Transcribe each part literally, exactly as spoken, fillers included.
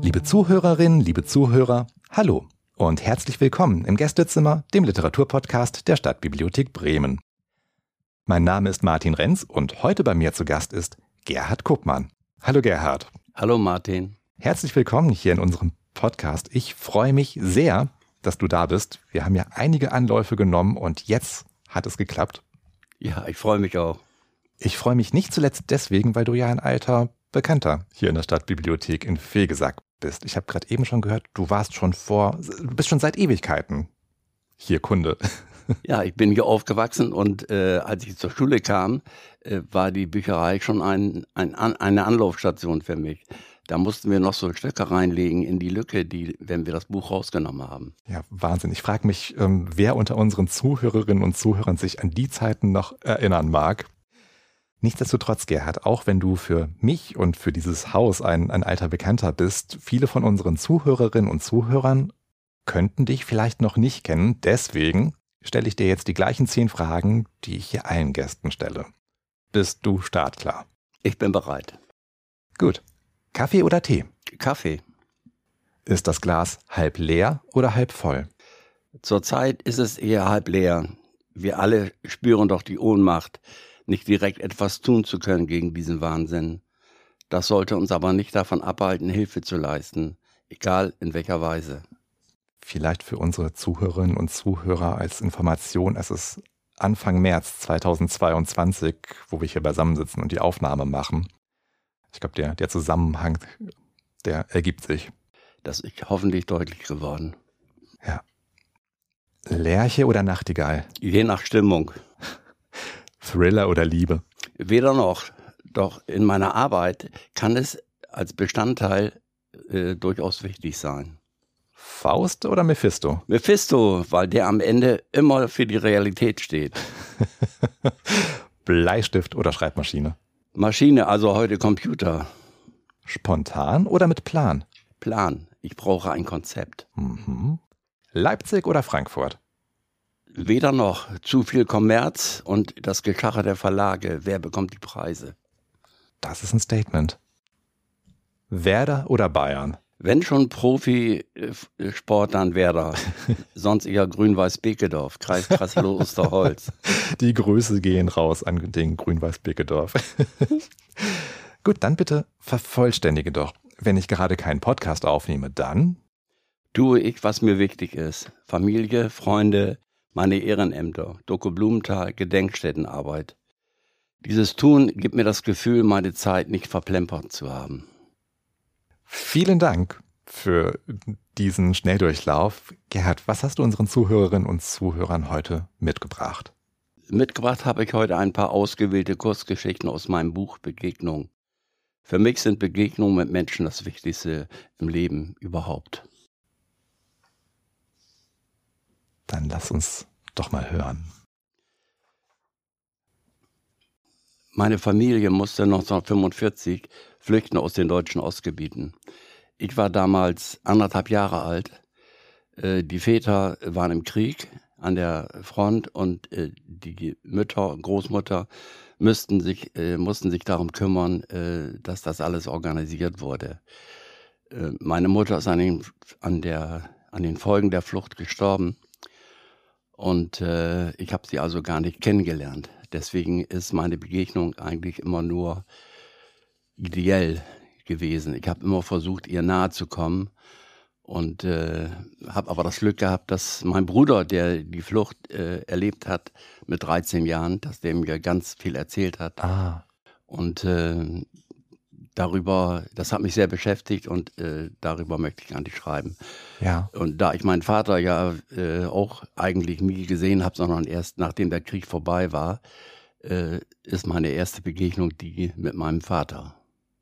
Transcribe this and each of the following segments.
Liebe Zuhörerinnen, liebe Zuhörer, hallo und herzlich willkommen im Gästezimmer, dem Literaturpodcast der Stadtbibliothek Bremen. Mein Name ist Martin Renz und heute bei mir zu Gast ist Gerhard Kuppmann. Hallo Gerhard. Hallo Martin. Herzlich willkommen hier in unserem Podcast. Ich freue mich sehr, dass du da bist. Wir haben ja einige Anläufe genommen und jetzt hat es geklappt. Ja, ich freue mich auch. Ich freue mich nicht zuletzt deswegen, weil du ja ein alter Bekannter hier in der Stadtbibliothek in Vegesack bist. Ich habe gerade eben schon gehört, du warst schon vor, du bist schon seit Ewigkeiten hier Kunde. Ja, ich bin hier aufgewachsen und äh, als ich zur Schule kam, äh, war die Bücherei schon ein, ein, eine Anlaufstation für mich. Da mussten wir noch so Stöcke reinlegen in die Lücke, die, wenn wir das Buch rausgenommen haben. Ja, Wahnsinn. Ich frage mich, ähm, wer unter unseren Zuhörerinnen und Zuhörern sich an die Zeiten noch erinnern mag. Nichtsdestotrotz, Gerhard, auch wenn du für mich und für dieses Haus ein, ein alter Bekannter bist, viele von unseren Zuhörerinnen und Zuhörern könnten dich vielleicht noch nicht kennen. Deswegen stelle ich dir jetzt die gleichen zehn Fragen, die ich hier allen Gästen stelle. Bist du startklar? Ich bin bereit. Gut. Kaffee oder Tee? Kaffee. Ist das Glas halb leer oder halb voll? Zurzeit ist es eher halb leer. Wir alle spüren doch die Ohnmacht, nicht direkt etwas tun zu können gegen diesen Wahnsinn. Das sollte uns aber nicht davon abhalten, Hilfe zu leisten, egal in welcher Weise. Vielleicht für unsere Zuhörerinnen und Zuhörer als Information, es ist Anfang März zweitausendzweiundzwanzig, wo wir hier beisammensitzen und die Aufnahme machen. Ich glaube, der, der Zusammenhang, der ergibt sich. Das ist hoffentlich deutlich geworden. Ja. Lerche oder Nachtigall? Je nach Stimmung. Thriller oder Liebe? Weder noch. Doch in meiner Arbeit kann es als Bestandteil äh, durchaus wichtig sein. Faust oder Mephisto? Mephisto, weil der am Ende immer für die Realität steht. Bleistift oder Schreibmaschine? Maschine, also heute Computer. Spontan oder mit Plan? Plan. Ich brauche ein Konzept. Mhm. Leipzig oder Frankfurt? Weder noch. Zu viel Kommerz und das Geschacher der Verlage. Wer bekommt die Preise? Das ist ein Statement. Werder oder Bayern? Wenn schon Profisport, dann Werder. Sonst eher Grün-Weiß-Bekedorf, Kreis Kraslow-Osterholz. Die Grüße gehen raus an den Grün-Weiß-Bekedorf. Gut, dann bitte vervollständige doch. Wenn ich gerade keinen Podcast aufnehme, dann tue ich, was mir wichtig ist. Familie, Freunde, meine Ehrenämter, Doku Blumenthal, Gedenkstättenarbeit. Dieses Tun gibt mir das Gefühl, meine Zeit nicht verplempert zu haben. Vielen Dank für diesen Schnelldurchlauf. Gerhard, was hast du unseren Zuhörerinnen und Zuhörern heute mitgebracht? Mitgebracht habe ich heute ein paar ausgewählte Kurzgeschichten aus meinem Buch Begegnung. Für mich sind Begegnungen mit Menschen das Wichtigste im Leben überhaupt. Dann lass uns doch mal hören. Meine Familie musste neunzehnhundertfünfundvierzig flüchten aus den deutschen Ostgebieten. Ich war damals anderthalb Jahre alt. Die Väter waren im Krieg an der Front und die Mütter und Großmutter müssten sich, mussten sich darum kümmern, dass das alles organisiert wurde. Meine Mutter ist an den, an der, an den Folgen der Flucht gestorben und ich habe sie also gar nicht kennengelernt. Deswegen ist meine Begegnung eigentlich immer nur ideell gewesen. Ich habe immer versucht, ihr nahe zu kommen und äh, habe aber das Glück gehabt, dass mein Bruder, der die Flucht äh, erlebt hat mit dreizehn Jahren, dass der mir ganz viel erzählt hat. Ah. Und äh, darüber, das hat mich sehr beschäftigt und äh, darüber möchte ich eigentlich schreiben. Ja. Und da ich meinen Vater ja äh, auch eigentlich nie gesehen habe, sondern erst nachdem der Krieg vorbei war, äh, ist meine erste Begegnung die mit meinem Vater.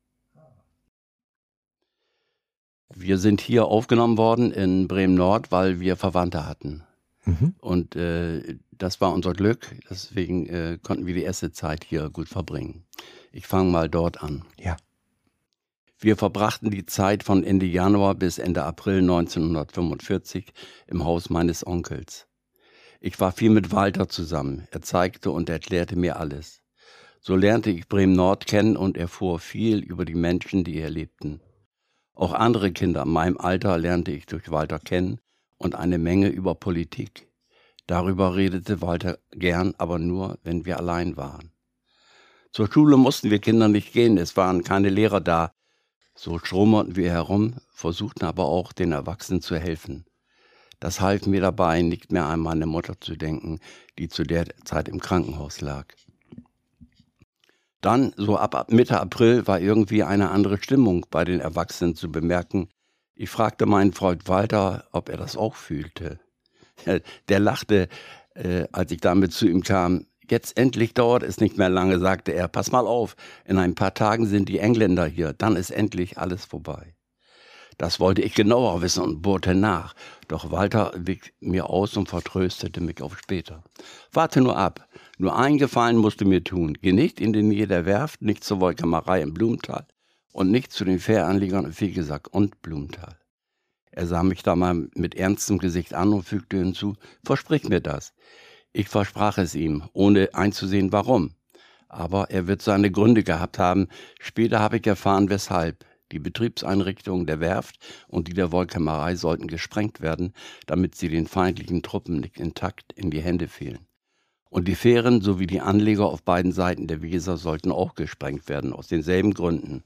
Wir sind hier aufgenommen worden in Bremen-Nord, weil wir Verwandte hatten. Mhm. Und äh, das war unser Glück, deswegen äh, konnten wir die erste Zeit hier gut verbringen. Ich fange mal dort an. Ja. Wir verbrachten die Zeit von Ende Januar bis Ende April neunzehnhundertfünfundvierzig im Haus meines Onkels. Ich war viel mit Walter zusammen. Er zeigte und erklärte mir alles. So lernte ich Bremen-Nord kennen und erfuhr viel über die Menschen, die hier lebten. Auch andere Kinder in meinem Alter lernte ich durch Walter kennen und eine Menge über Politik. Darüber redete Walter gern, aber nur, wenn wir allein waren. Zur Schule mussten wir Kinder nicht gehen, es waren keine Lehrer da. So schlummerten wir herum, versuchten aber auch, den Erwachsenen zu helfen. Das half mir dabei, nicht mehr an meine Mutter zu denken, die zu der Zeit im Krankenhaus lag. Dann, so ab Mitte April, war irgendwie eine andere Stimmung bei den Erwachsenen zu bemerken. Ich fragte meinen Freund Walter, ob er das auch fühlte. Der lachte, äh, als ich damit zu ihm kam. Jetzt endlich dauert es nicht mehr lange, sagte er. Pass mal auf, in ein paar Tagen sind die Engländer hier, dann ist endlich alles vorbei. Das wollte ich genauer wissen und bohrte nach. Doch Walter wich mir aus und vertröstete mich auf später. Warte nur ab. Nur einen Gefallen musst du mir tun. Geh nicht in die Nähe der Werft, nicht zur Wolkemarei im Blumenthal und nicht zu den Fähranlegern im Fegesack und Blumenthal. Er sah mich da mal mit ernstem Gesicht an und fügte hinzu, versprich mir das. Ich versprach es ihm, ohne einzusehen, warum. Aber er wird seine Gründe gehabt haben. Später habe ich erfahren, weshalb. Die Betriebseinrichtungen der Werft und die der Wolkemarei sollten gesprengt werden, damit sie den feindlichen Truppen nicht intakt in die Hände fielen. Und die Fähren sowie die Anleger auf beiden Seiten der Weser sollten auch gesprengt werden, aus denselben Gründen.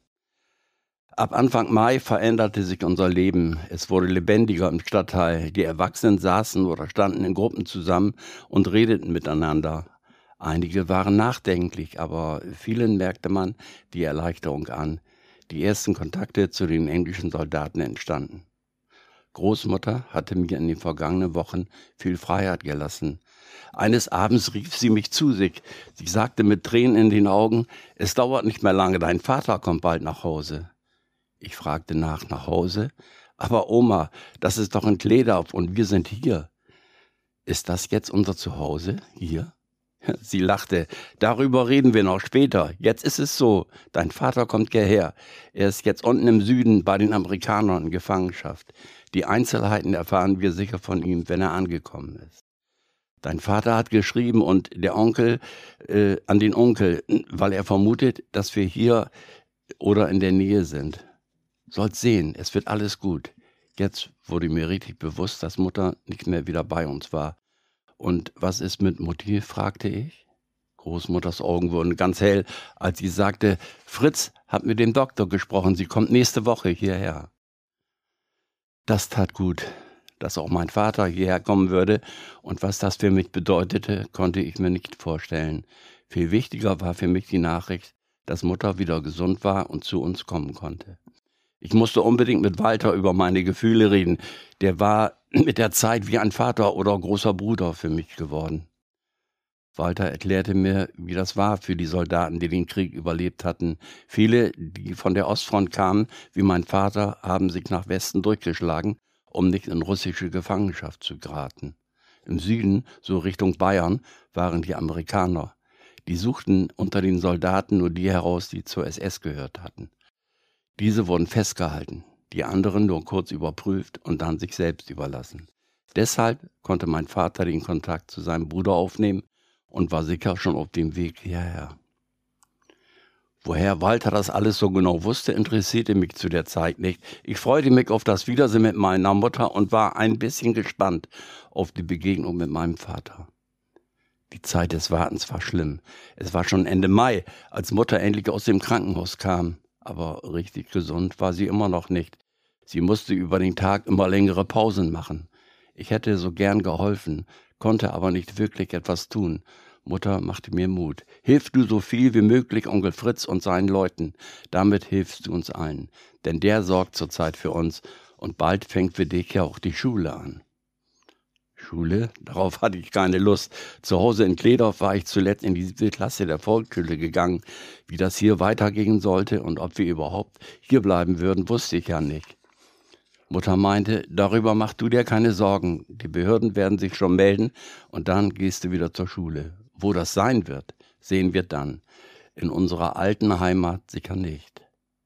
Ab Anfang Mai veränderte sich unser Leben. Es wurde lebendiger im Stadtteil. Die Erwachsenen saßen oder standen in Gruppen zusammen und redeten miteinander. Einige waren nachdenklich, aber vielen merkte man die Erleichterung an. Die ersten Kontakte zu den englischen Soldaten entstanden. Großmutter hatte mir in den vergangenen Wochen viel Freiheit gelassen. Eines Abends rief sie mich zu sich. Sie sagte mit Tränen in den Augen, es dauert nicht mehr lange, dein Vater kommt bald nach Hause. Ich fragte nach, nach Hause? Aber Oma, das ist doch in Kledorf und wir sind hier. Ist das jetzt unser Zuhause, hier? Sie lachte. Darüber reden wir noch später. Jetzt ist es so. Dein Vater kommt hierher. Er ist jetzt unten im Süden bei den Amerikanern in Gefangenschaft. Die Einzelheiten erfahren wir sicher von ihm, wenn er angekommen ist. Dein Vater hat geschrieben und der Onkel äh, an den Onkel, weil er vermutet, dass wir hier oder in der Nähe sind. Sollt sehen, es wird alles gut. Jetzt wurde mir richtig bewusst, dass Mutter nicht mehr wieder bei uns war. Und was ist mit Mutti, fragte ich. Großmutters Augen wurden ganz hell, als sie sagte, Fritz hat mit dem Doktor gesprochen, sie kommt nächste Woche hierher. Das tat gut, dass auch mein Vater hierher kommen würde, und was das für mich bedeutete, konnte ich mir nicht vorstellen. Viel wichtiger war für mich die Nachricht, dass Mutter wieder gesund war und zu uns kommen konnte. Ich musste unbedingt mit Walter über meine Gefühle reden. Der war mit der Zeit wie ein Vater oder großer Bruder für mich geworden. Walter erklärte mir, wie das war für die Soldaten, die den Krieg überlebt hatten. Viele, die von der Ostfront kamen, wie mein Vater, haben sich nach Westen durchgeschlagen, um nicht in russische Gefangenschaft zu geraten. Im Süden, so Richtung Bayern, waren die Amerikaner. Die suchten unter den Soldaten nur die heraus, die zur S S gehört hatten. Diese wurden festgehalten, die anderen nur kurz überprüft und dann sich selbst überlassen. Deshalb konnte mein Vater den Kontakt zu seinem Bruder aufnehmen und war sicher schon auf dem Weg hierher. Woher Walter das alles so genau wusste, interessierte mich zu der Zeit nicht. Ich freute mich auf das Wiedersehen mit meiner Mutter und war ein bisschen gespannt auf die Begegnung mit meinem Vater. Die Zeit des Wartens war schlimm. Es war schon Ende Mai, als Mutter endlich aus dem Krankenhaus kam. Aber richtig gesund war sie immer noch nicht. Sie musste über den Tag immer längere Pausen machen. Ich hätte so gern geholfen, konnte aber nicht wirklich etwas tun. Mutter machte mir Mut. Hilf du so viel wie möglich Onkel Fritz und seinen Leuten. Damit hilfst du uns allen. Denn der sorgt zurzeit für uns. Und bald fängt für dich ja auch die Schule an. Schule? Darauf hatte ich keine Lust. Zu Hause in Kledorf war ich zuletzt in die siebte Klasse der Volksschule gegangen. Wie das hier weitergehen sollte und ob wir überhaupt hier bleiben würden, wusste ich ja nicht. Mutter meinte, darüber mach du dir keine Sorgen. Die Behörden werden sich schon melden und dann gehst du wieder zur Schule. Wo das sein wird, sehen wir dann. In unserer alten Heimat sicher nicht.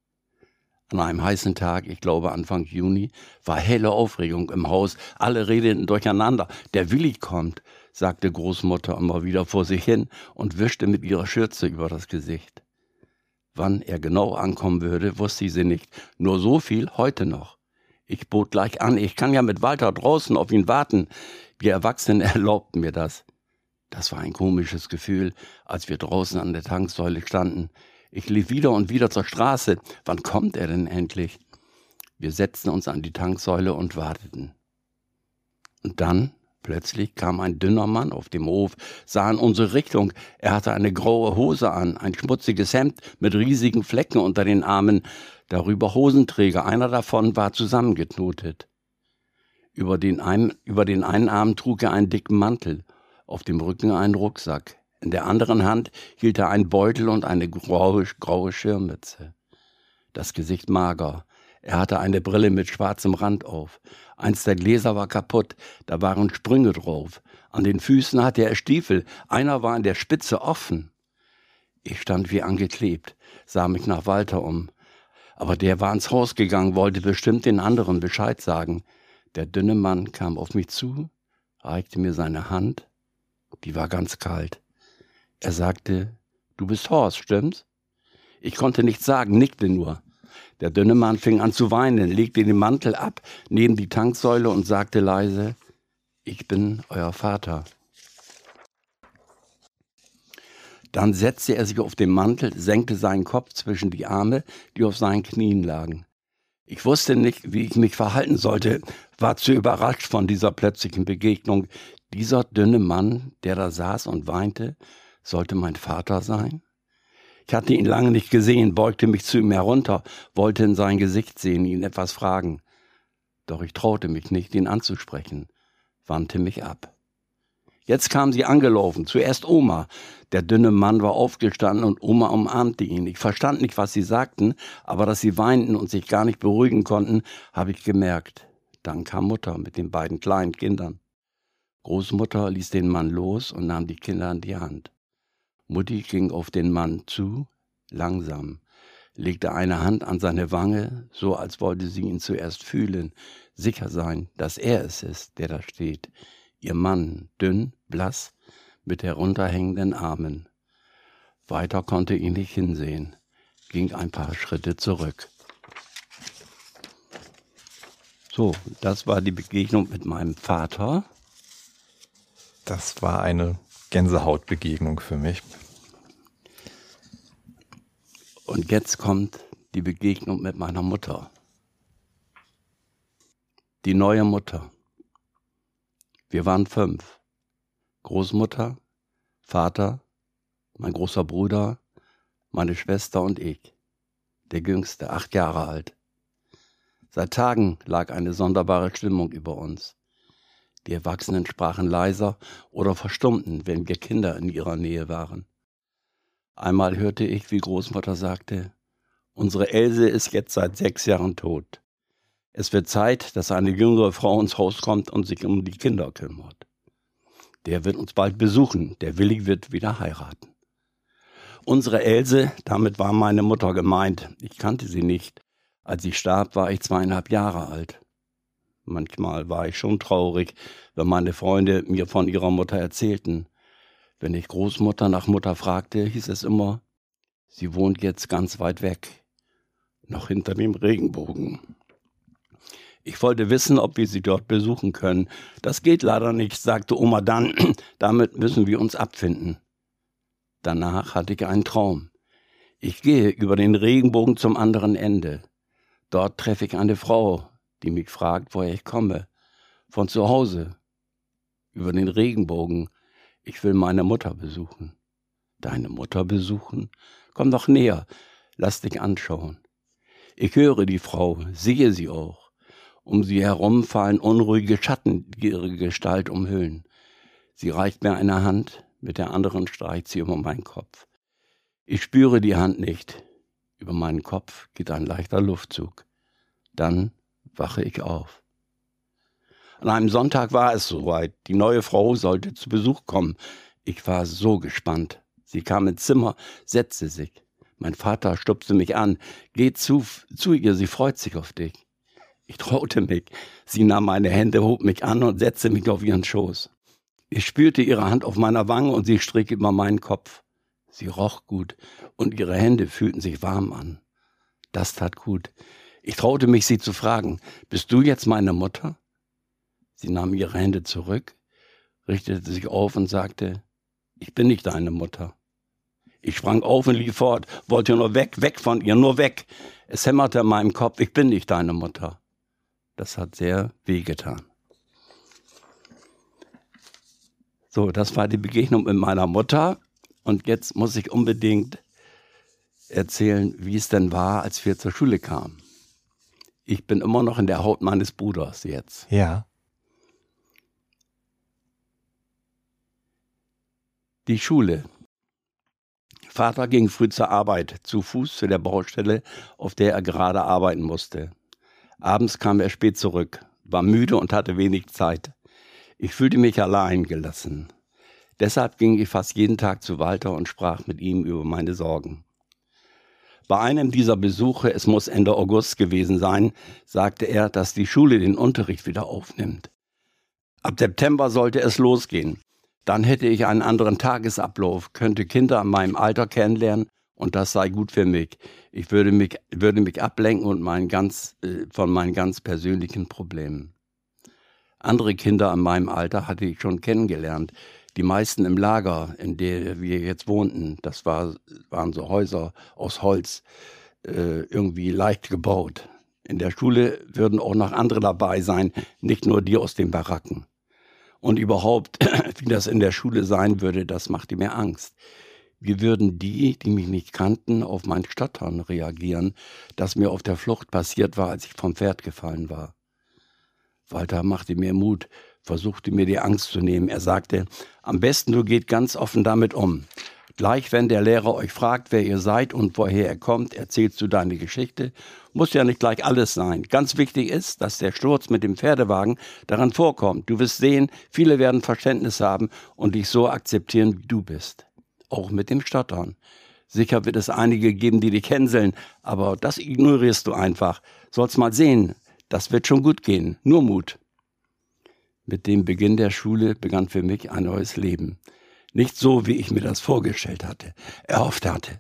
An einem heißen Tag, ich glaube Anfang Juni, war helle Aufregung im Haus. Alle redeten durcheinander. Der Willi kommt, sagte Großmutter immer wieder vor sich hin und wischte mit ihrer Schürze über das Gesicht. Wann er genau ankommen würde, wusste sie nicht. Nur so viel heute noch. Ich bot gleich an, ich kann ja mit Walter draußen auf ihn warten. Wir Erwachsenen erlaubten mir das. Das war ein komisches Gefühl, als wir draußen an der Tanksäule standen. Ich lief wieder und wieder zur Straße. Wann kommt er denn endlich? Wir setzten uns an die Tanksäule und warteten. Und dann, plötzlich, kam ein dünner Mann auf dem Hof, sah in unsere Richtung. Er hatte eine graue Hose an, ein schmutziges Hemd mit riesigen Flecken unter den Armen, darüber Hosenträger. Einer davon war zusammengeknotet. Über den einen, über den einen Arm trug er einen dicken Mantel, auf dem Rücken einen Rucksack. In der anderen Hand hielt er einen Beutel und eine graue, graue Schirmmütze. Das Gesicht mager. Er hatte eine Brille mit schwarzem Rand auf. Eins der Gläser war kaputt, da waren Sprünge drauf. An den Füßen hatte er Stiefel, einer war an der Spitze offen. Ich stand wie angeklebt, sah mich nach Walter um. Aber der war ins Haus gegangen, wollte bestimmt den anderen Bescheid sagen. Der dünne Mann kam auf mich zu, reichte mir seine Hand, die war ganz kalt. Er sagte, du bist Horst, stimmt's? Ich konnte nichts sagen, nickte nur. Der dünne Mann fing an zu weinen, legte den Mantel ab neben die Tanksäule und sagte leise, ich bin euer Vater. Dann setzte er sich auf den Mantel, senkte seinen Kopf zwischen die Arme, die auf seinen Knien lagen. Ich wusste nicht, wie ich mich verhalten sollte, war zu überrascht von dieser plötzlichen Begegnung. Dieser dünne Mann, der da saß und weinte, sollte mein Vater sein? Ich hatte ihn lange nicht gesehen, beugte mich zu ihm herunter, wollte in sein Gesicht sehen, ihn etwas fragen. Doch ich traute mich nicht, ihn anzusprechen, wandte mich ab. Jetzt kam sie angelaufen, zuerst Oma. Der dünne Mann war aufgestanden und Oma umarmte ihn. Ich verstand nicht, was sie sagten, aber dass sie weinten und sich gar nicht beruhigen konnten, habe ich gemerkt. Dann kam Mutter mit den beiden kleinen Kindern. Großmutter ließ den Mann los und nahm die Kinder an die Hand. Mutti ging auf den Mann zu, langsam, legte eine Hand an seine Wange, so als wollte sie ihn zuerst fühlen, sicher sein, dass er es ist, der da steht. Ihr Mann, dünn, blass, mit herunterhängenden Armen. Weiter konnte ihn nicht hinsehen, ging ein paar Schritte zurück. So, das war die Begegnung mit meinem Vater. Das war eine Gänsehautbegegnung für mich. Und jetzt kommt die Begegnung mit meiner Mutter. Die neue Mutter. Wir waren fünf. Großmutter, Vater, mein großer Bruder, meine Schwester und ich. Der Jüngste, acht Jahre alt. Seit Tagen lag eine sonderbare Stimmung über uns. Die Erwachsenen sprachen leiser oder verstummten, wenn wir Kinder in ihrer Nähe waren. Einmal hörte ich, wie Großmutter sagte, unsere Else ist jetzt seit sechs Jahren tot. Es wird Zeit, dass eine jüngere Frau ins Haus kommt und sich um die Kinder kümmert. Der wird uns bald besuchen, der Willi wird wieder heiraten. Unsere Else, damit war meine Mutter gemeint, ich kannte sie nicht. Als sie starb, war ich zweieinhalb Jahre alt. Manchmal war ich schon traurig, wenn meine Freunde mir von ihrer Mutter erzählten. Wenn ich Großmutter nach Mutter fragte, hieß es immer, sie wohnt jetzt ganz weit weg, noch hinter dem Regenbogen. Ich wollte wissen, ob wir sie dort besuchen können. Das geht leider nicht, sagte Oma dann, damit müssen wir uns abfinden. Danach hatte ich einen Traum. Ich gehe über den Regenbogen zum anderen Ende. Dort treffe ich eine Frau, die mich fragt, woher ich komme. Von zu Hause. Über den Regenbogen. Ich will meine Mutter besuchen. Deine Mutter besuchen? Komm doch näher. Lass dich anschauen. Ich höre die Frau, sehe sie auch. Um sie herum fallen unruhige Schatten, die ihre Gestalt umhüllen. Sie reicht mir eine Hand, mit der anderen streicht sie über meinen Kopf. Ich spüre die Hand nicht. Über meinen Kopf geht ein leichter Luftzug. Dann wache ich auf. An einem Sonntag war es soweit. Die neue Frau sollte zu Besuch kommen. Ich war so gespannt. Sie kam ins Zimmer, setzte sich. Mein Vater stupste mich an. Geh zu, zu ihr, sie freut sich auf dich. Ich traute mich. Sie nahm meine Hände, hob mich an und setzte mich auf ihren Schoß. Ich spürte ihre Hand auf meiner Wange und sie strich über meinen Kopf. Sie roch gut und ihre Hände fühlten sich warm an. Das tat gut. Ich traute mich, sie zu fragen, bist du jetzt meine Mutter? Sie nahm ihre Hände zurück, richtete sich auf und sagte, ich bin nicht deine Mutter. Ich sprang auf und lief fort, wollte nur weg, weg von ihr, nur weg. Es hämmerte in meinem Kopf, ich bin nicht deine Mutter. Das hat sehr wehgetan. So, das war die Begegnung mit meiner Mutter. Und jetzt muss ich unbedingt erzählen, wie es denn war, als wir zur Schule kamen. Ich bin immer noch in der Haut meines Bruders jetzt. Ja. Die Schule. Vater ging früh zur Arbeit, zu Fuß zu der Baustelle, auf der er gerade arbeiten musste. Abends kam er spät zurück, war müde und hatte wenig Zeit. Ich fühlte mich allein gelassen. Deshalb ging ich fast jeden Tag zu Walter und sprach mit ihm über meine Sorgen. Bei einem dieser Besuche, es muss Ende August gewesen sein, sagte er, dass die Schule den Unterricht wieder aufnimmt. Ab September sollte es losgehen. Dann hätte ich einen anderen Tagesablauf, könnte Kinder in meinem Alter kennenlernen und das sei gut für mich. Ich würde mich, würde mich ablenken und mein ganz, äh, von meinen ganz persönlichen Problemen. Andere Kinder in meinem Alter hatte ich schon kennengelernt. Die meisten im Lager, in dem wir jetzt wohnten, das war, waren so Häuser aus Holz, äh, irgendwie leicht gebaut. In der Schule würden auch noch andere dabei sein, nicht nur die aus den Baracken. Und überhaupt, wie das in der Schule sein würde, das machte mir Angst. Wie würden die, die mich nicht kannten, auf mein Stottern reagieren, das mir auf der Flucht passiert war, als ich vom Pferd gefallen war? Walter machte mir Mut, versuchte mir die Angst zu nehmen. Er sagte, am besten du geht ganz offen damit um. Gleich wenn der Lehrer euch fragt, wer ihr seid und woher ihr kommt, erzählst du deine Geschichte. Muss ja nicht gleich alles sein. Ganz wichtig ist, dass der Sturz mit dem Pferdewagen daran vorkommt. Du wirst sehen, viele werden Verständnis haben und dich so akzeptieren, wie du bist. Auch mit dem Stottern. Sicher wird es einige geben, die dich hänseln, aber das ignorierst du einfach. Sollst mal sehen, das wird schon gut gehen. Nur Mut. Mit dem Beginn der Schule begann für mich ein neues Leben. Nicht so, wie ich mir das vorgestellt hatte, erhofft hatte.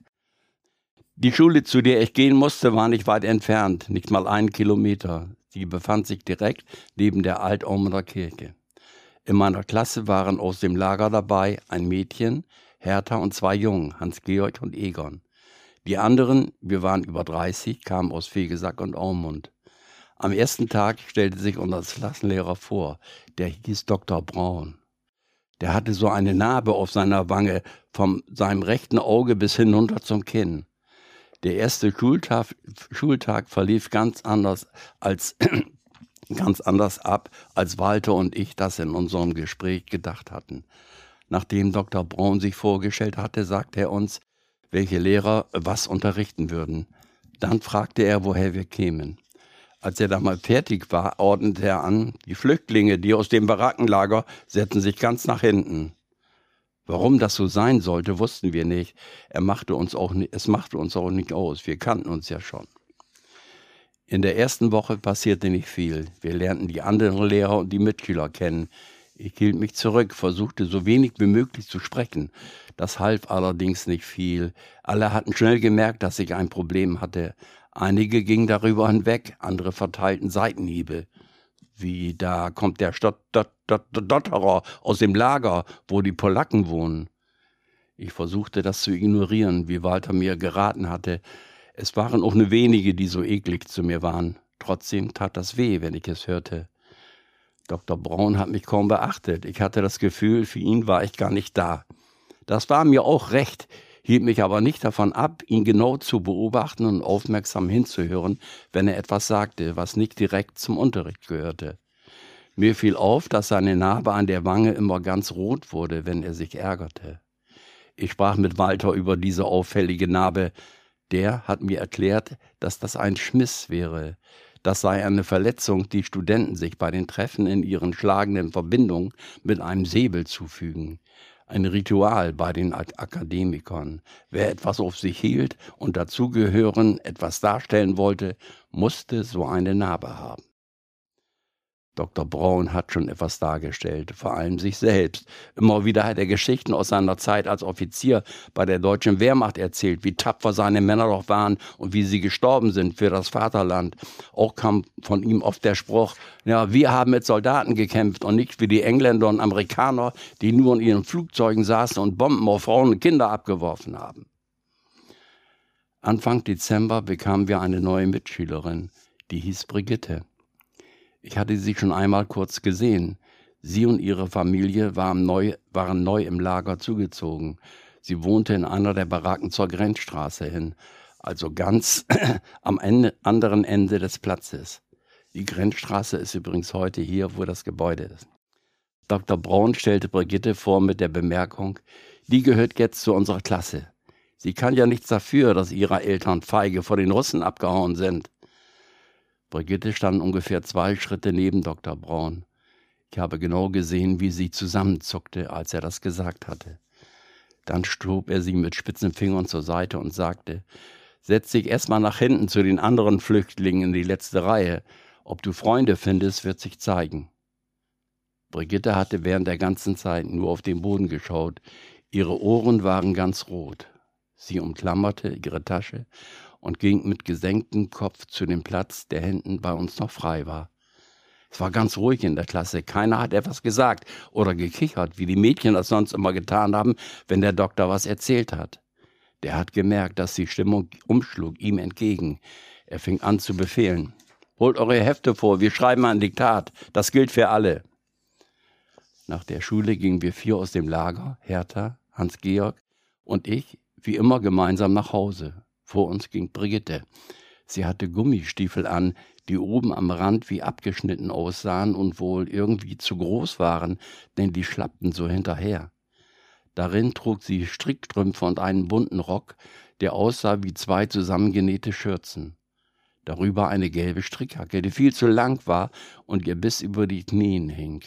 Die Schule, zu der ich gehen musste, war nicht weit entfernt, nicht mal einen Kilometer. Sie befand sich direkt neben der Altaumunder Kirche. In meiner Klasse waren aus dem Lager dabei ein Mädchen, Hertha und zwei Jungen, Hans-Georg und Egon. Die anderen, wir waren über dreißig, kamen aus Vegesack und Aumund. Am ersten Tag stellte sich unser Klassenlehrer vor, der hieß Doktor Braun. Der hatte so eine Narbe auf seiner Wange, von seinem rechten Auge bis hinunter zum Kinn. Der erste Schultag, Schultag verlief ganz anders als ganz anders ab, als Walter und ich das in unserem Gespräch gedacht hatten. Nachdem Doktor Braun sich vorgestellt hatte, sagte er uns, welche Lehrer was unterrichten würden. Dann fragte er, woher wir kämen. Als er da mal fertig war, ordnete er an, die Flüchtlinge, die aus dem Barackenlager, setzten sich ganz nach hinten. Warum das so sein sollte, wussten wir nicht. Er machte uns auch nicht, es machte uns auch nicht aus, wir kannten uns ja schon. In der ersten Woche passierte nicht viel. Wir lernten die anderen Lehrer und die Mitschüler kennen. Ich hielt mich zurück, versuchte so wenig wie möglich zu sprechen. Das half allerdings nicht viel. Alle hatten schnell gemerkt, dass ich ein Problem hatte. Einige gingen darüber hinweg, andere verteilten Seitenhiebe. Wie, da kommt der Stott, Dott, Dott, Dotterer aus dem Lager, wo die Polacken wohnen. Ich versuchte das zu ignorieren, wie Walter mir geraten hatte. Es waren auch nur wenige, die so eklig zu mir waren. Trotzdem tat das weh, wenn ich es hörte. Doktor Braun hat mich kaum beachtet. Ich hatte das Gefühl, für ihn war ich gar nicht da. Das war mir auch recht, hielt mich aber nicht davon ab, ihn genau zu beobachten und aufmerksam hinzuhören, wenn er etwas sagte, was nicht direkt zum Unterricht gehörte. Mir fiel auf, dass seine Narbe an der Wange immer ganz rot wurde, wenn er sich ärgerte. Ich sprach mit Walter über diese auffällige Narbe. Der hat mir erklärt, dass das ein Schmiss wäre. Das sei eine Verletzung, die Studenten sich bei den Treffen in ihren schlagenden Verbindungen mit einem Säbel zufügen. Ein Ritual bei den Akademikern. Wer etwas auf sich hielt und dazugehören, etwas darstellen wollte, musste so eine Narbe haben. Doktor Braun hat schon etwas dargestellt, vor allem sich selbst. Immer wieder hat er Geschichten aus seiner Zeit als Offizier bei der deutschen Wehrmacht erzählt, wie tapfer seine Männer doch waren und wie sie gestorben sind für das Vaterland. Auch kam von ihm oft der Spruch, ja, wir haben mit Soldaten gekämpft und nicht wie die Engländer und Amerikaner, die nur in ihren Flugzeugen saßen und Bomben auf Frauen und Kinder abgeworfen haben. Anfang Dezember bekamen wir eine neue Mitschülerin, die hieß Brigitte. Ich hatte sie schon einmal kurz gesehen. Sie und ihre Familie waren neu, waren neu im Lager zugezogen. Sie wohnte in einer der Baracken zur Grenzstraße hin, also ganz am Ende, anderen Ende des Platzes. Die Grenzstraße ist übrigens heute hier, wo das Gebäude ist. Doktor Braun stellte Brigitte vor mit der Bemerkung, die gehört jetzt zu unserer Klasse. Sie kann ja nichts dafür, dass ihre Eltern feige vor den Russen abgehauen sind. Brigitte stand ungefähr zwei Schritte neben Doktor Braun. Ich habe genau gesehen, wie sie zusammenzuckte, als er das gesagt hatte. Dann schob er sie mit spitzen Fingern zur Seite und sagte, setz dich erstmal nach hinten zu den anderen Flüchtlingen in die letzte Reihe. Ob du Freunde findest, wird sich zeigen. Brigitte hatte während der ganzen Zeit nur auf den Boden geschaut. Ihre Ohren waren ganz rot. Sie umklammerte ihre Tasche und ging mit gesenktem Kopf zu dem Platz, der hinten bei uns noch frei war. Es war ganz ruhig in der Klasse. Keiner hat etwas gesagt oder gekichert, wie die Mädchen das sonst immer getan haben, wenn der Doktor was erzählt hat. Der hat gemerkt, dass die Stimmung umschlug ihm entgegen. Er fing an zu befehlen. Holt eure Hefte vor, wir schreiben ein Diktat. Das gilt für alle. Nach der Schule gingen wir vier aus dem Lager, Hertha, Hans-Georg und ich, wie immer gemeinsam nach Hause. Vor uns ging Brigitte. Sie hatte Gummistiefel an, die oben am Rand wie abgeschnitten aussahen und wohl irgendwie zu groß waren, denn die schlappten so hinterher. Darin trug sie Strickstrümpfe und einen bunten Rock, der aussah wie zwei zusammengenähte Schürzen. Darüber eine gelbe Strickjacke, die viel zu lang war und ihr bis über die Knien hing.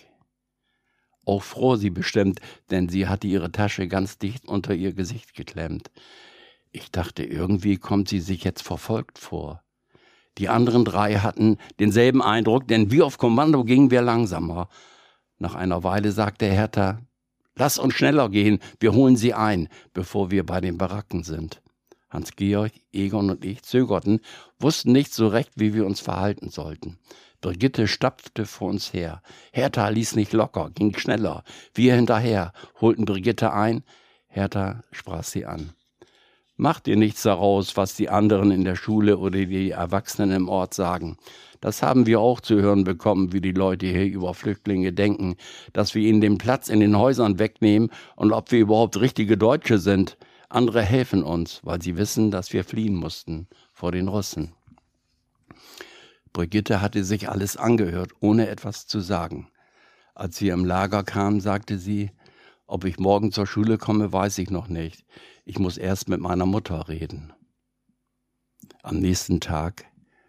Auch fror sie bestimmt, denn sie hatte ihre Tasche ganz dicht unter ihr Gesicht geklemmt. Ich dachte, irgendwie kommt sie sich jetzt verfolgt vor. Die anderen drei hatten denselben Eindruck, denn wie auf Kommando gingen wir langsamer. Nach einer Weile sagte Hertha, lass uns schneller gehen, wir holen sie ein, bevor wir bei den Baracken sind. Hans-Georg, Egon und ich zögerten, wussten nicht so recht, wie wir uns verhalten sollten. Brigitte stapfte vor uns her. Hertha ließ nicht locker, ging schneller. Wir hinterher, holten Brigitte ein. Hertha sprach sie an. Mach dir nichts daraus, was die anderen in der Schule oder die Erwachsenen im Ort sagen. Das haben wir auch zu hören bekommen, wie die Leute hier über Flüchtlinge denken, dass wir ihnen den Platz in den Häusern wegnehmen und ob wir überhaupt richtige Deutsche sind. Andere helfen uns, weil sie wissen, dass wir fliehen mussten vor den Russen. Brigitte hatte sich alles angehört, ohne etwas zu sagen. Als wir im Lager kamen, sagte sie, ob ich morgen zur Schule komme, weiß ich noch nicht. Ich muss erst mit meiner Mutter reden. Am nächsten Tag,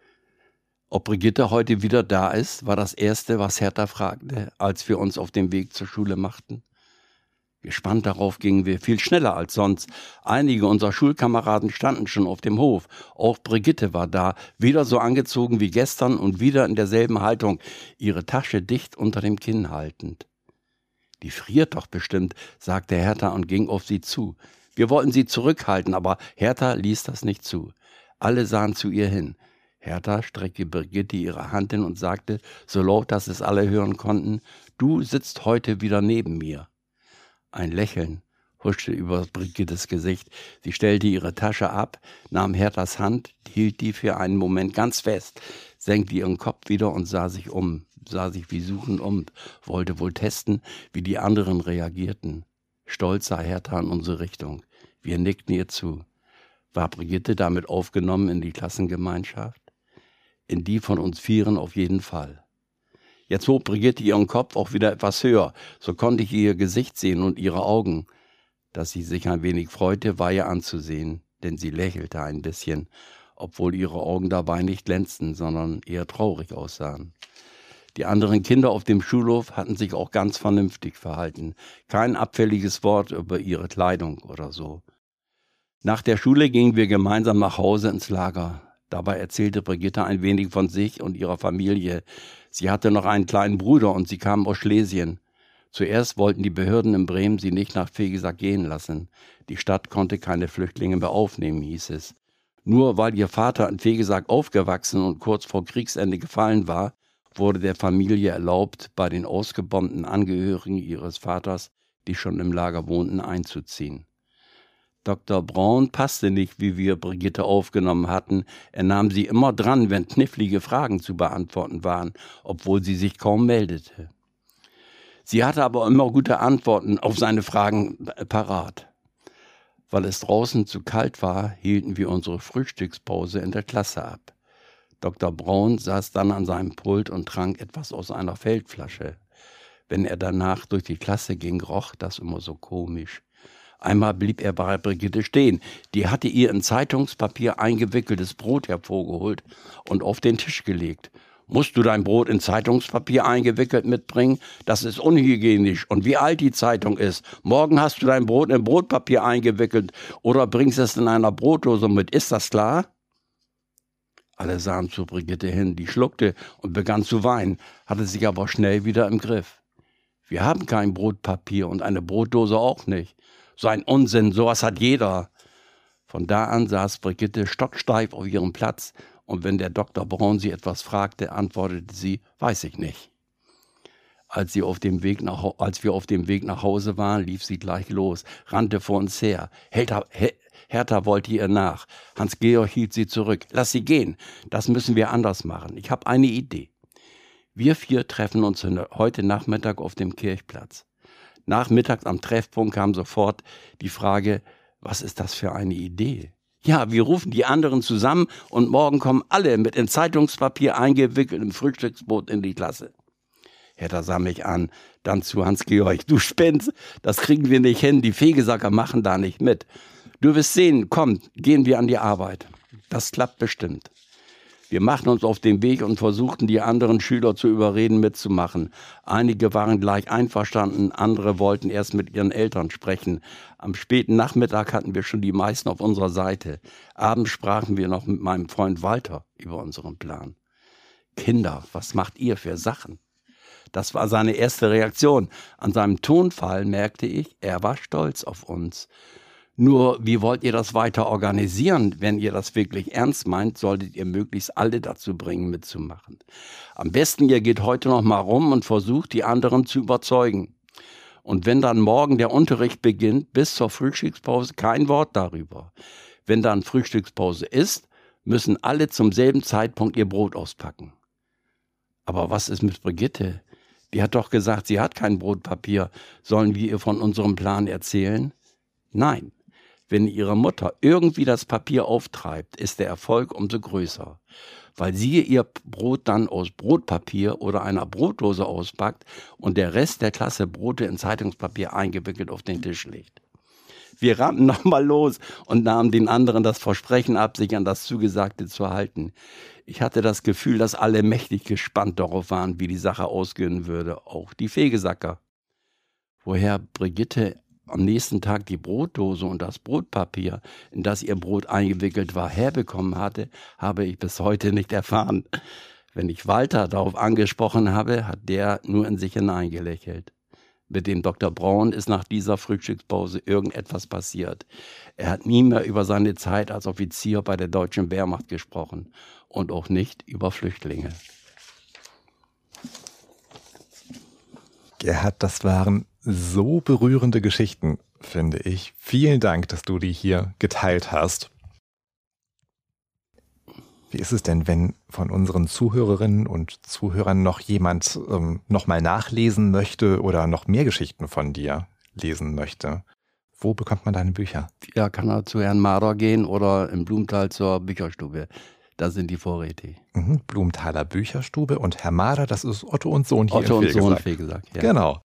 ob Brigitte heute wieder da ist, war das Erste, was Hertha fragte, als wir uns auf den Weg zur Schule machten. Gespannt darauf gingen wir viel schneller als sonst. Einige unserer Schulkameraden standen schon auf dem Hof. Auch Brigitte war da, wieder so angezogen wie gestern und wieder in derselben Haltung, ihre Tasche dicht unter dem Kinn haltend. Die friert doch bestimmt, sagte Hertha und ging auf sie zu. Wir wollten sie zurückhalten, aber Hertha ließ das nicht zu. Alle sahen zu ihr hin. Hertha streckte Brigitte ihre Hand hin und sagte, so laut, dass es alle hören konnten, du sitzt heute wieder neben mir. Ein Lächeln huschte über Brigittes Gesicht. Sie stellte ihre Tasche ab, nahm Herthas Hand, hielt die für einen Moment ganz fest, senkte ihren Kopf wieder und sah sich um, sah sich wie suchend um, wollte wohl testen, wie die anderen reagierten. Stolz sah Hertha in unsere Richtung. Wir nickten ihr zu. War Brigitte damit aufgenommen in die Klassengemeinschaft? In die von uns Vieren auf jeden Fall. Jetzt hob Brigitte ihren Kopf auch wieder etwas höher, so konnte ich ihr Gesicht sehen und ihre Augen. Dass sie sich ein wenig freute, war ihr anzusehen, denn sie lächelte ein bisschen, obwohl ihre Augen dabei nicht glänzten, sondern eher traurig aussahen. Die anderen Kinder auf dem Schulhof hatten sich auch ganz vernünftig verhalten. Kein abfälliges Wort über ihre Kleidung oder so. Nach der Schule gingen wir gemeinsam nach Hause ins Lager. Dabei erzählte Brigitte ein wenig von sich und ihrer Familie. Sie hatte noch einen kleinen Bruder und sie kam aus Schlesien. Zuerst wollten die Behörden in Bremen sie nicht nach Vegesack gehen lassen. Die Stadt konnte keine Flüchtlinge mehr aufnehmen, hieß es. Nur weil ihr Vater in Vegesack aufgewachsen und kurz vor Kriegsende gefallen war, wurde der Familie erlaubt, bei den ausgebombten Angehörigen ihres Vaters, die schon im Lager wohnten, einzuziehen. Doktor Braun passte nicht, wie wir Brigitte aufgenommen hatten. Er nahm sie immer dran, wenn knifflige Fragen zu beantworten waren, obwohl sie sich kaum meldete. Sie hatte aber immer gute Antworten auf seine Fragen parat. Weil es draußen zu kalt war, hielten wir unsere Frühstückspause in der Klasse ab. Doktor Braun saß dann an seinem Pult und trank etwas aus einer Feldflasche. Wenn er danach durch die Klasse ging, roch das immer so komisch. Einmal blieb er bei Brigitte stehen. Die hatte ihr in Zeitungspapier eingewickeltes Brot hervorgeholt und auf den Tisch gelegt. »Musst du dein Brot in Zeitungspapier eingewickelt mitbringen? Das ist unhygienisch. Und wie alt die Zeitung ist. Morgen hast du dein Brot in Brotpapier eingewickelt oder bringst es in einer Brotdose mit. Ist das klar?« Alle sahen zu Brigitte hin. Die schluckte und begann zu weinen, hatte sich aber schnell wieder im Griff. »Wir haben kein Brotpapier und eine Brotdose auch nicht.« »So ein Unsinn, sowas hat jeder.« Von da an saß Brigitte stocksteif auf ihrem Platz, und wenn der Doktor Braun sie etwas fragte, antwortete sie, »Weiß ich nicht.« Als, sie auf dem Weg nach, als wir auf dem Weg nach Hause waren, lief sie gleich los, rannte vor uns her. Hertha, Hertha wollte ihr nach. Hans-Georg hielt sie zurück. »Lass sie gehen, das müssen wir anders machen. Ich habe eine Idee. Wir vier treffen uns heute Nachmittag auf dem Kirchplatz.« Nachmittags am Treffpunkt kam sofort die Frage, was ist das für eine Idee? Ja, wir rufen die anderen zusammen und morgen kommen alle mit in Zeitungspapier eingewickeltem Frühstücksbrot in die Klasse. Hertha sah mich an, dann zu Hans-Georg. Du spinnst, das kriegen wir nicht hin, die Vegesacker machen da nicht mit. Du wirst sehen, komm, gehen wir an die Arbeit. Das klappt bestimmt. Wir machten uns auf den Weg und versuchten, die anderen Schüler zu überreden, mitzumachen. Einige waren gleich einverstanden, andere wollten erst mit ihren Eltern sprechen. Am späten Nachmittag hatten wir schon die meisten auf unserer Seite. Abends sprachen wir noch mit meinem Freund Walter über unseren Plan. »Kinder, was macht ihr für Sachen?« Das war seine erste Reaktion. An seinem Tonfall merkte ich, er war stolz auf uns. Nur, wie wollt ihr das weiter organisieren? Wenn ihr das wirklich ernst meint, solltet ihr möglichst alle dazu bringen, mitzumachen. Am besten, ihr geht heute noch mal rum und versucht, die anderen zu überzeugen. Und wenn dann morgen der Unterricht beginnt, bis zur Frühstückspause kein Wort darüber. Wenn dann Frühstückspause ist, müssen alle zum selben Zeitpunkt ihr Brot auspacken. Aber was ist mit Brigitte? Die hat doch gesagt, sie hat kein Brotpapier. Sollen wir ihr von unserem Plan erzählen? Nein. Wenn ihre Mutter irgendwie das Papier auftreibt, ist der Erfolg umso größer, weil sie ihr Brot dann aus Brotpapier oder einer Brotdose auspackt und der Rest der Klasse Brote in Zeitungspapier eingewickelt auf den Tisch legt. Wir rannten nochmal los und nahmen den anderen das Versprechen ab, sich an das Zugesagte zu halten. Ich hatte das Gefühl, dass alle mächtig gespannt darauf waren, wie die Sache ausgehen würde, auch die Vegesacker. Woher Brigitte am nächsten Tag die Brotdose und das Brotpapier, in das ihr Brot eingewickelt war, herbekommen hatte, habe ich bis heute nicht erfahren. Wenn ich Walter darauf angesprochen habe, hat der nur in sich hineingelächelt. Mit dem Doktor Braun ist nach dieser Frühstückspause irgendetwas passiert. Er hat nie mehr über seine Zeit als Offizier bei der deutschen Wehrmacht gesprochen und auch nicht über Flüchtlinge. Gerhard, das waren so berührende Geschichten, finde ich. Vielen Dank, dass du die hier geteilt hast. Wie ist es denn, wenn von unseren Zuhörerinnen und Zuhörern noch jemand ähm, nochmal nachlesen möchte oder noch mehr Geschichten von dir lesen möchte? Wo bekommt man deine Bücher? Ja, kann er zu Herrn Marder gehen oder im Blumenthal zur Bücherstube. Da sind die vorrätig. Mhm, Blumenthaler Bücherstube und Herr Marder, das ist Otto und Sohn hier Otto in und Sohn Vegesack, ja. Genau.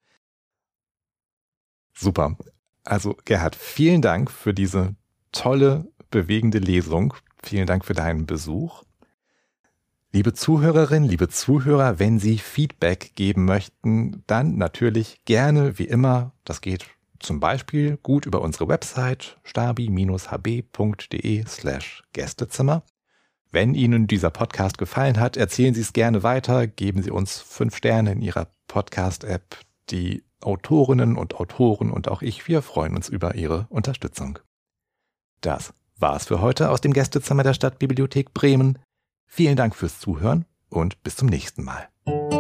Super. Also Gerhard, vielen Dank für diese tolle, bewegende Lesung. Vielen Dank für deinen Besuch. Liebe Zuhörerinnen, liebe Zuhörer, wenn Sie Feedback geben möchten, dann natürlich gerne, wie immer. Das geht zum Beispiel gut über unsere Website stabi-hb.de slash Gästezimmer. Wenn Ihnen dieser Podcast gefallen hat, erzählen Sie es gerne weiter, geben Sie uns fünf Sterne in Ihrer Podcast-App. Die Autorinnen und Autoren und auch ich, wir freuen uns über Ihre Unterstützung. Das war's für heute aus dem Gästezimmer der Stadtbibliothek Bremen. Vielen Dank fürs Zuhören und bis zum nächsten Mal.